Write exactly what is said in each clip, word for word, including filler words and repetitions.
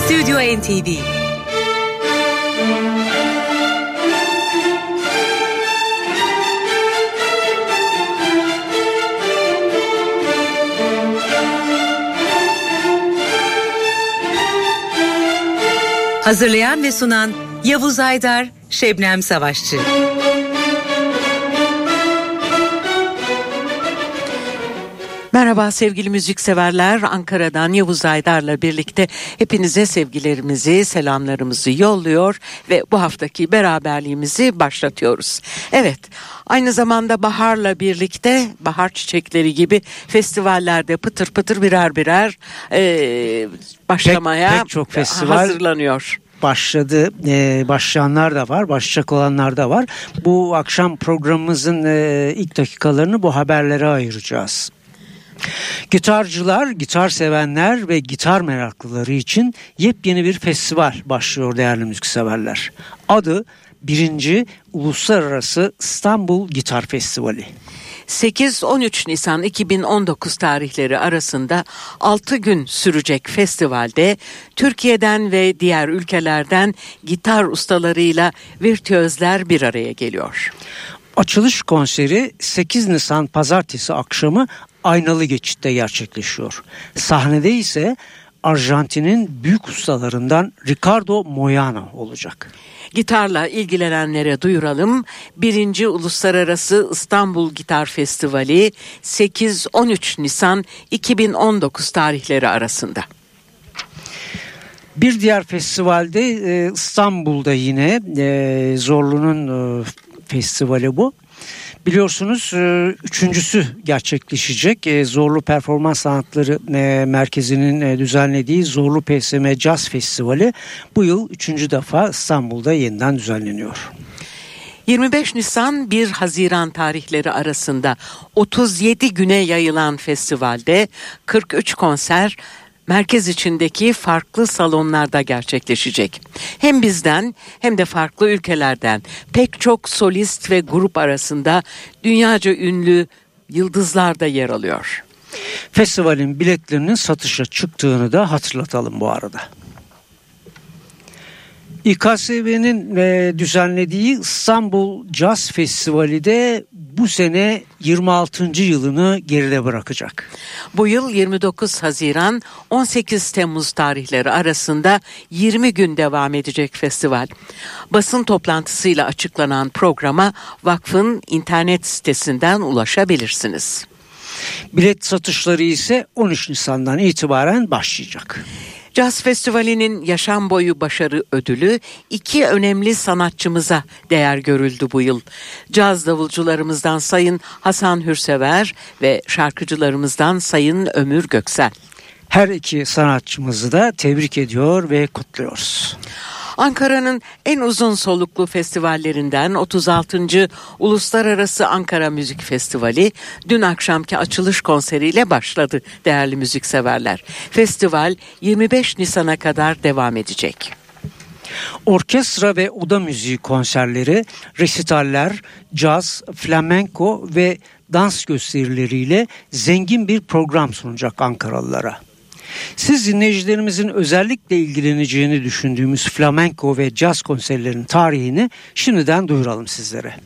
Stüdyo N T V. Hazırlayan ve sunan Yavuz Aydar, Şebnem Savaşçı. Merhaba sevgili müzikseverler, Ankara'dan Yavuz Aydar'la birlikte hepinize sevgilerimizi, selamlarımızı yolluyor ve bu haftaki beraberliğimizi başlatıyoruz. Evet, aynı zamanda baharla birlikte bahar çiçekleri gibi festivallerde pıtır pıtır birer birer e, başlamaya pek, pek çok festival hazırlanıyor. Başladı, ee, başlayanlar da var, başlayacak olanlar da var. Bu akşam programımızın e, ilk dakikalarını bu haberlere ayıracağız. Gitarcılar, gitar sevenler ve gitar meraklıları için yepyeni bir festival başlıyor değerli müzikseverler. Adı birinci. Uluslararası İstanbul Gitar Festivali. sekiz on üç Nisan iki bin on dokuz tarihleri arasında altı gün sürecek festivalde Türkiye'den ve diğer ülkelerden gitar ustalarıyla virtüözler bir araya geliyor. Açılış konseri sekiz Nisan Pazartesi akşamı Aynalı Geçit'te gerçekleşiyor. Sahnede ise Arjantin'in büyük ustalarından Ricardo Moyano olacak. Gitarla ilgilenenlere duyuralım. birinci. Uluslararası İstanbul Gitar Festivali sekiz on üç Nisan iki bin on dokuz tarihleri arasında. Bir diğer festivalde İstanbul'da yine Zorlu'nun festivali bu. Biliyorsunuz üçüncüsü gerçekleşecek. Zorlu Performans Sanatları Merkezi'nin düzenlediği Zorlu P S M Jazz Festivali bu yıl üçüncü defa İstanbul'da yeniden düzenleniyor. yirmi beş Nisan bir Haziran tarihleri arasında otuz yedi güne yayılan festivalde kırk üç konser merkez içindeki farklı salonlarda gerçekleşecek. Hem bizden hem de farklı ülkelerden pek çok solist ve grup arasında dünyaca ünlü yıldızlar da yer alıyor. Festivalin biletlerinin satışa çıktığını da hatırlatalım bu arada. İ K S V'nin düzenlediği İstanbul Jazz Festivali de bu sene yirmi altıncı yılını geride bırakacak. Bu yıl yirmi dokuz Haziran on sekiz Temmuz tarihleri arasında yirmi gün devam edecek festival. Basın toplantısıyla açıklanan programa vakfın internet sitesinden ulaşabilirsiniz. Bilet satışları ise on üç Nisan'dan itibaren başlayacak. Caz Festivali'nin yaşam boyu başarı ödülü iki önemli sanatçımıza değer görüldü bu yıl. Caz davulcularımızdan Sayın Hasan Hürsever ve şarkıcılarımızdan Sayın Ömür Göksel. Her iki sanatçımızı da tebrik ediyor ve kutluyoruz. Ankara'nın en uzun soluklu festivallerinden otuz altıncı Uluslararası Ankara Müzik Festivali dün akşamki açılış konseriyle başladı değerli müzikseverler. Festival yirmi beş Nisan'a kadar devam edecek. Orkestra ve oda müziği konserleri, resitaller, caz, flamenko ve dans gösterileriyle zengin bir program sunacak Ankaralılara. Siz dinleyicilerimizin özellikle ilgileneceğini düşündüğümüz flamenko ve caz konserlerinin tarihini şimdiden duyuralım sizlere.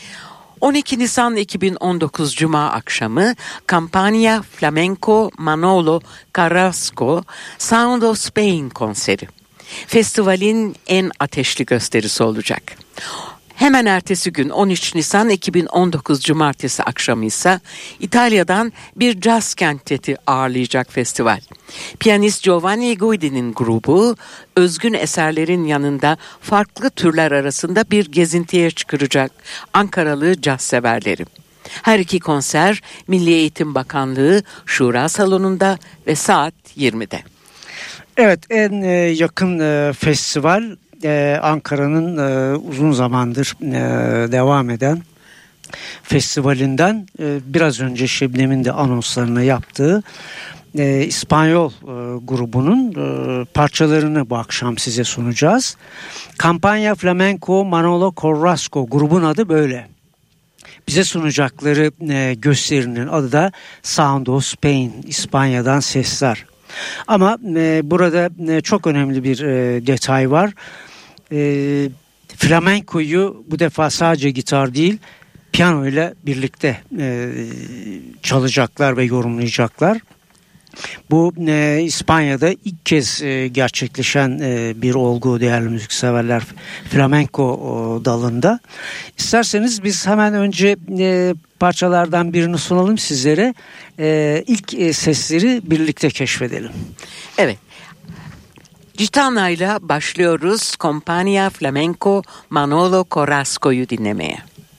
on iki Nisan iki bin on dokuz Cuma akşamı Campania Flamenco Manolo Carrasco Sound of Spain konseri. Festivalin en ateşli gösterisi olacak. Hemen ertesi gün on üç Nisan iki bin on dokuz Cumartesi akşamı ise İtalya'dan bir caz kenteti ağırlayacak festival. Piyanist Giovanni Guidi'nin grubu özgün eserlerin yanında farklı türler arasında bir gezintiye çıkaracak Ankaralı caz severleri. Her iki konser Milli Eğitim Bakanlığı Şura Salonu'nda ve saat yirmide. Evet, en yakın festival Ee, Ankara'nın e, uzun zamandır e, devam eden festivalinden e, biraz önce Şebnem'in de anonslarını yaptığı e, İspanyol e, grubunun e, parçalarını bu akşam size sunacağız. Campania Flamenco Manolo Carrasco grubun adı böyle. Bize sunacakları e, gösterinin adı da Sound of Spain, İspanya'dan Sesler. Ama e, burada e, çok önemli bir e, detay var. E, flamenkoyu bu defa sadece gitar değil, piyano ile birlikte e, çalacaklar ve yorumlayacaklar. Bu e, İspanya'da ilk kez e, gerçekleşen e, bir olgu değerli müzikseverler, flamenko o, dalında. İsterseniz biz hemen önce e, parçalardan birini sunalım sizlere. E, ilk e, sesleri birlikte keşfedelim. Evet. Gitana ile başlıyoruz. Compagnia Flamenco Manolo Carrasco'yu dinlemeye.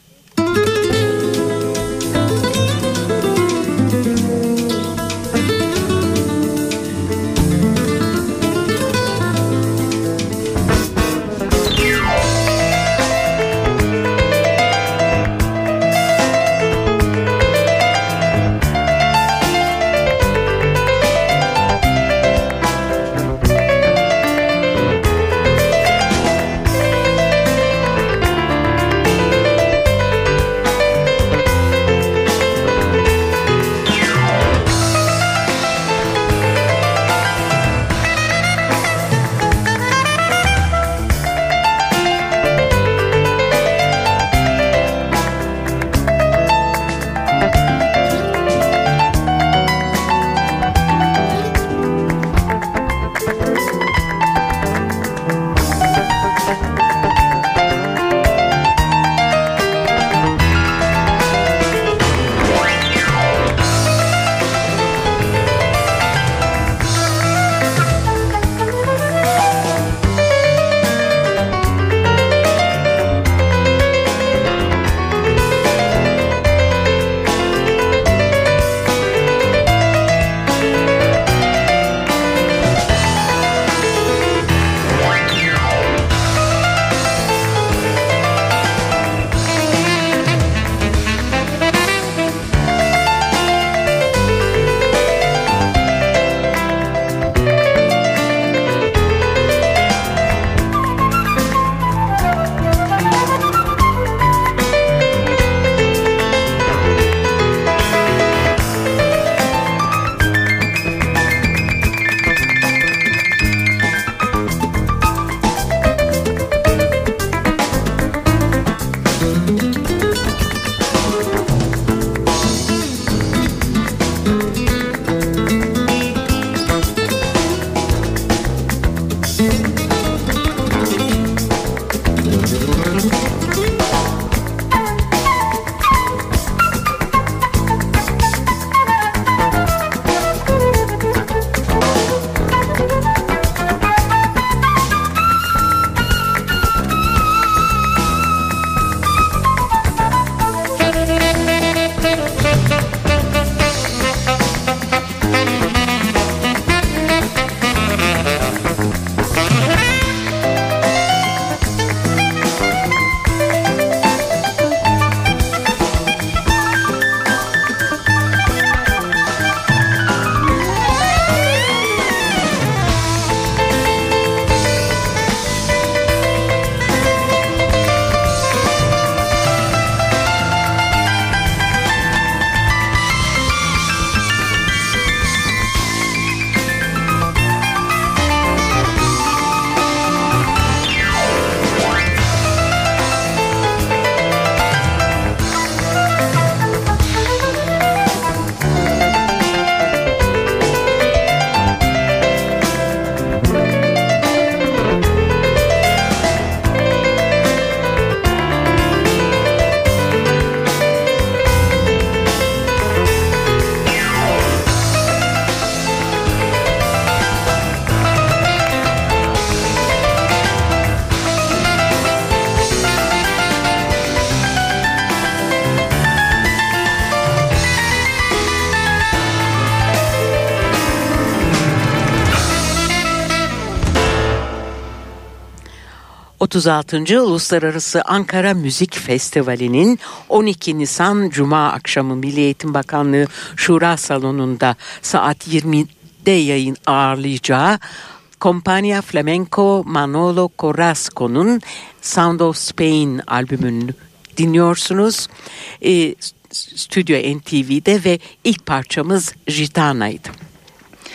otuz altıncı Uluslararası Ankara Müzik Festivali'nin on iki Nisan Cuma akşamı Milli Eğitim Bakanlığı Şura Salonu'nda saat yirmide yayın ağırlayacağı Compagnia Flamenco Manolo Carrasco'nun Sound of Spain albümünü dinliyorsunuz. E, Stüdyo N T V'de ve ilk parçamız Gitana'ydı.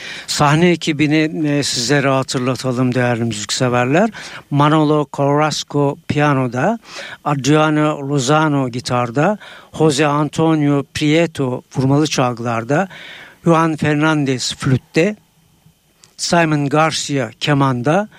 Sahne ekibini e, sizlere hatırlatalım değerli müzikseverler. Manolo Carrasco piyanoda, Adriano Lozano gitarda, Jose Antonio Prieto vurmalı çalgılarda, Juan Fernandez flütte, Simon Garcia kemanda,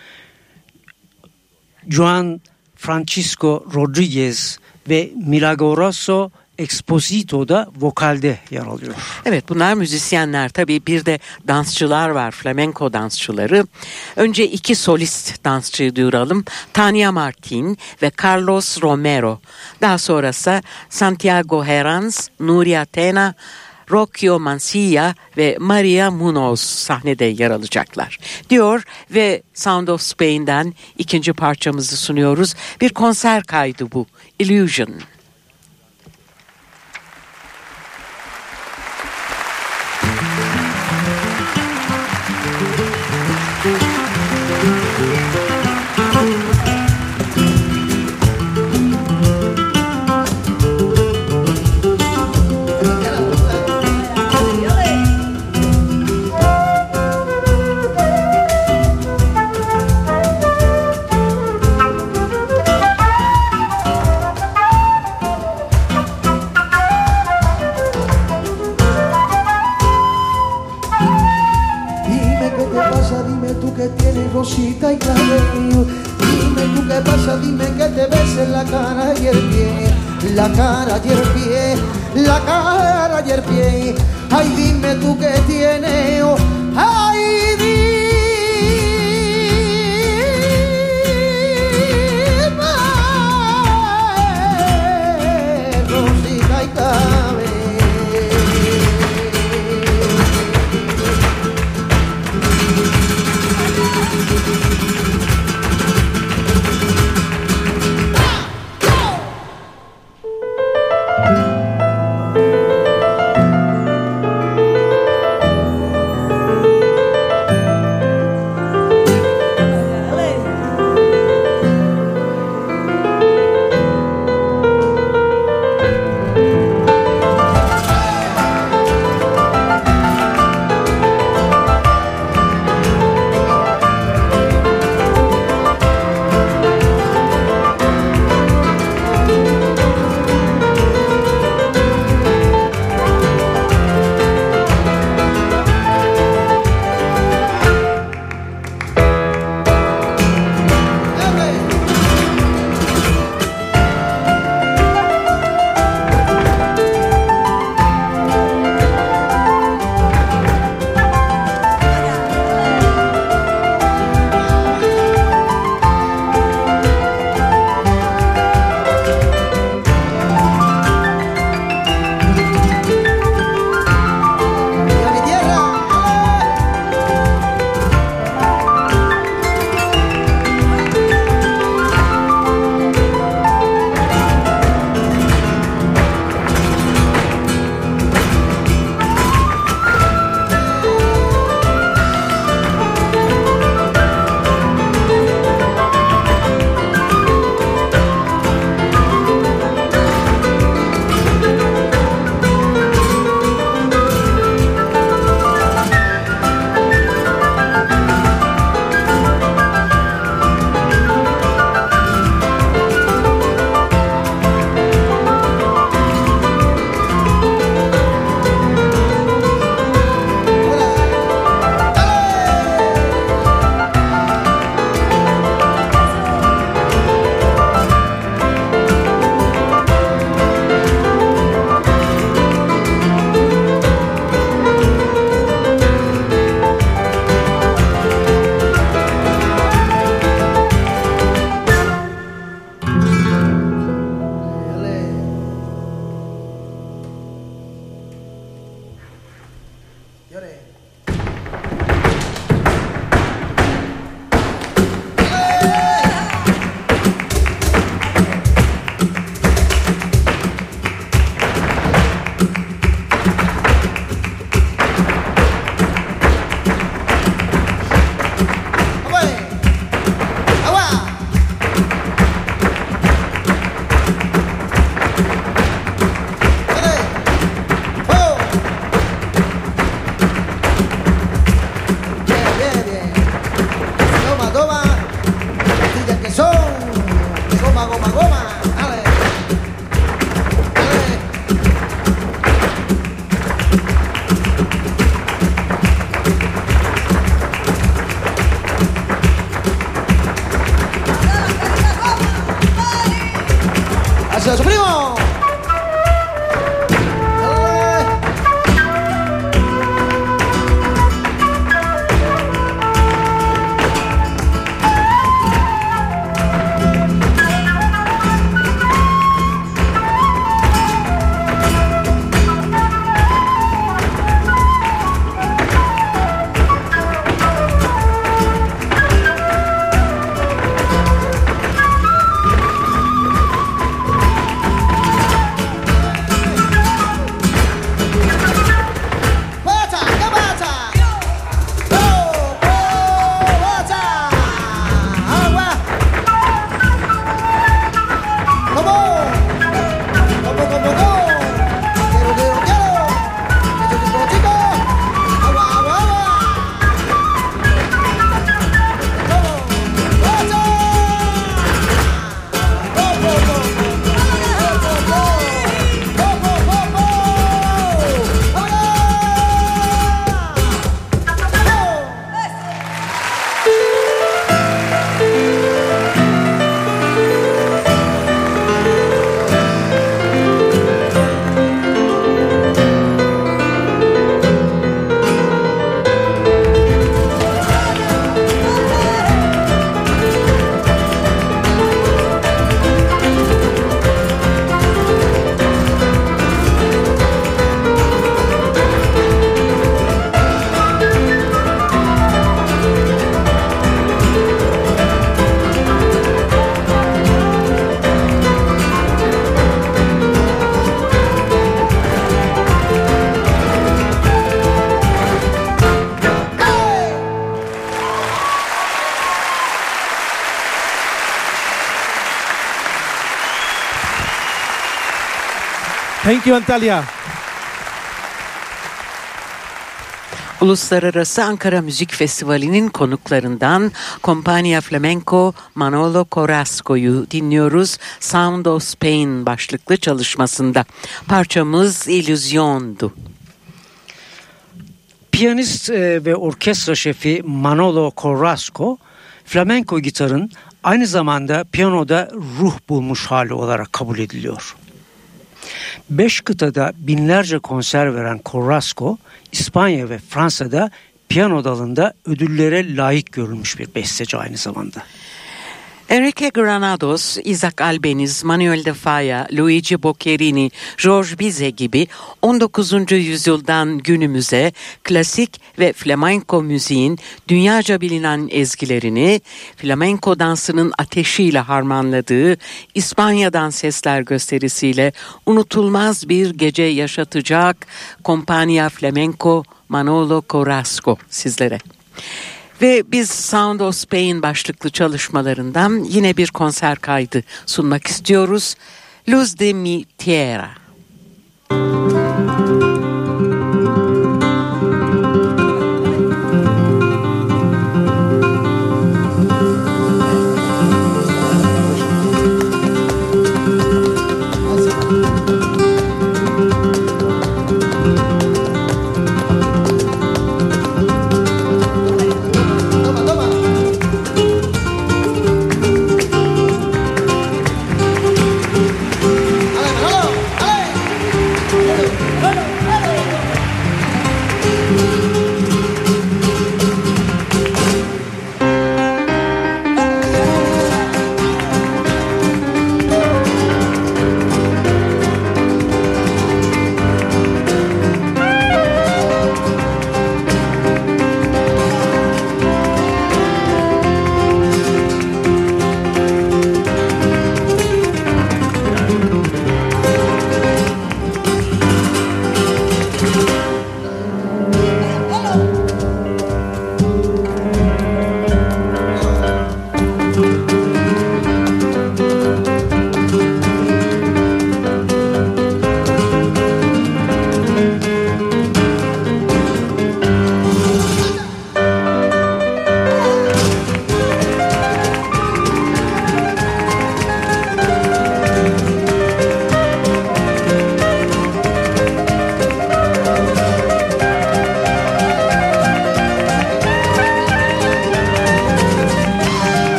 Juan Francisco Rodriguez ve Milagoroso Exposito da vokalde yer alıyor. Evet, bunlar müzisyenler. Tabii bir de dansçılar var, flamenko dansçıları. Önce iki solist dansçıyı duyuralım. Tania Martin ve Carlos Romero. Daha sonrası Santiago Herranz, Nuria Tena, Rocchio Mansilla ve Maria Munoz sahnede yer alacaklar diyor ve Sound of Spain'den ikinci parçamızı sunuyoruz. Bir konser kaydı bu. Illusion. Rosita y cabello, dime tú qué pasa, dime que te ves en la cara y el pie, la cara y el pie, la cara y el pie, ay dime tú qué tienes, oh, ay dime, Rosita y cabello. Thank you, Antalya. Uluslararası Ankara Müzik Festivali'nin konuklarından Compagnia Flamenco Manolo Carrasco'yu dinliyoruz. Sound of Spain başlıklı çalışmasında. Parçamız İllüzyon'du. Piyanist e, ve orkestra şefi Manolo Carrasco, flamenco gitarın aynı zamanda piyanoda ruh bulmuş hali olarak kabul ediliyor. Beş kıtada binlerce konser veren Carrasco, İspanya ve Fransa'da piyano dalında ödüllere layık görülmüş bir besteci aynı zamanda. Enrique Granados, Isaac Albeniz, Manuel de Falla, Luigi Boccherini, George Bizet gibi on dokuzuncu yüzyıldan günümüze klasik ve flamenco müziğin dünyaca bilinen ezgilerini flamenco dansının ateşiyle harmanladığı İspanya'dan Sesler gösterisiyle unutulmaz bir gece yaşatacak Compagnia Flamenco Manolo Carrasco sizlere. Ve biz Sound of Spain başlıklı çalışmalarından yine bir konser kaydı sunmak istiyoruz. Luz de mi tierra. ¡Ale, Manolo! ¡Ale!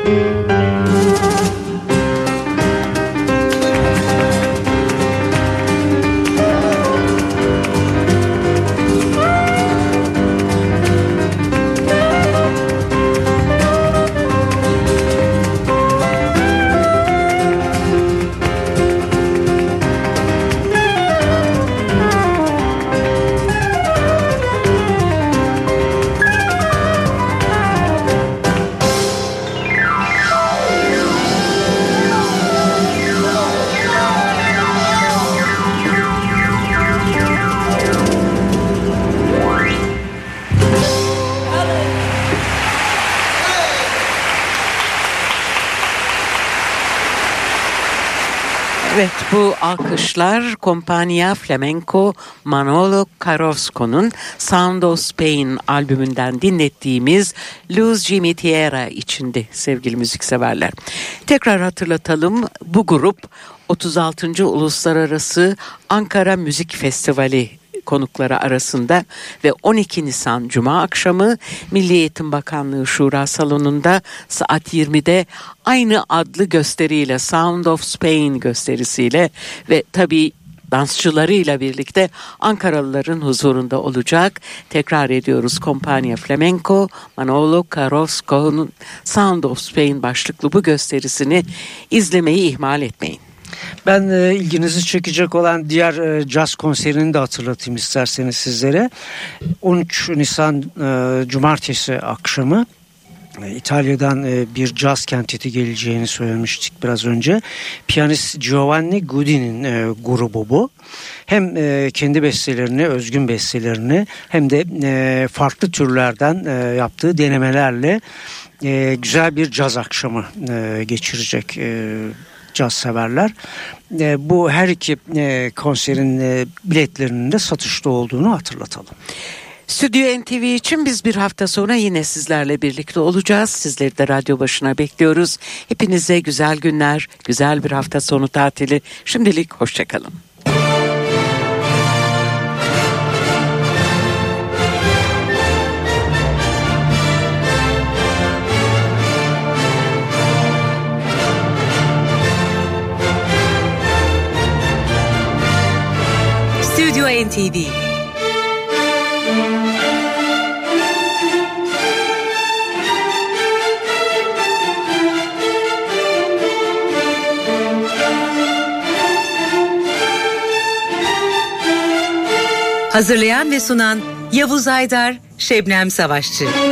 Evet, bu alkışlar Compagnia Flamenco Manolo Carrasco'nun Sound of Spain albümünden dinlettiğimiz Luz Jimmy Tierra içindi sevgili müzikseverler. Tekrar hatırlatalım, bu grup otuz altıncı Uluslararası Ankara Müzik Festivali konukları arasında ve on iki Nisan Cuma akşamı Milli Eğitim Bakanlığı Şura Salonu'nda saat yirmide aynı adlı gösteriyle, Sound of Spain gösterisiyle ve tabii dansçılarıyla birlikte Ankaralıların huzurunda olacak. Tekrar ediyoruz, Compagnia Flamenco Manolo Carrasco'nun Sound of Spain başlıklı bu gösterisini izlemeyi ihmal etmeyin. Ben e, ilginizi çekecek olan diğer e, caz konserini de hatırlatayım isterseniz sizlere. on üç Nisan e, Cumartesi akşamı e, İtalya'dan e, bir caz kenteti geleceğini söylemiştik biraz önce. Piyanist Giovanni Guidi'nin e, grubu bu. Hem e, kendi bestelerini, özgün bestelerini hem de e, farklı türlerden e, yaptığı denemelerle e, güzel bir caz akşamı e, geçirecek e, caz severler. E, bu her iki e, konserin e, biletlerinin de satışta olduğunu hatırlatalım. Stüdyo N T V için biz bir hafta sonra yine sizlerle birlikte olacağız. Sizleri de radyo başına bekliyoruz. Hepinize güzel günler, güzel bir hafta sonu tatili. Şimdilik hoşçakalın. Stüdyo N T V. Hazırlayan ve sunan Yavuz Aydar, Şebnem Savaşçı.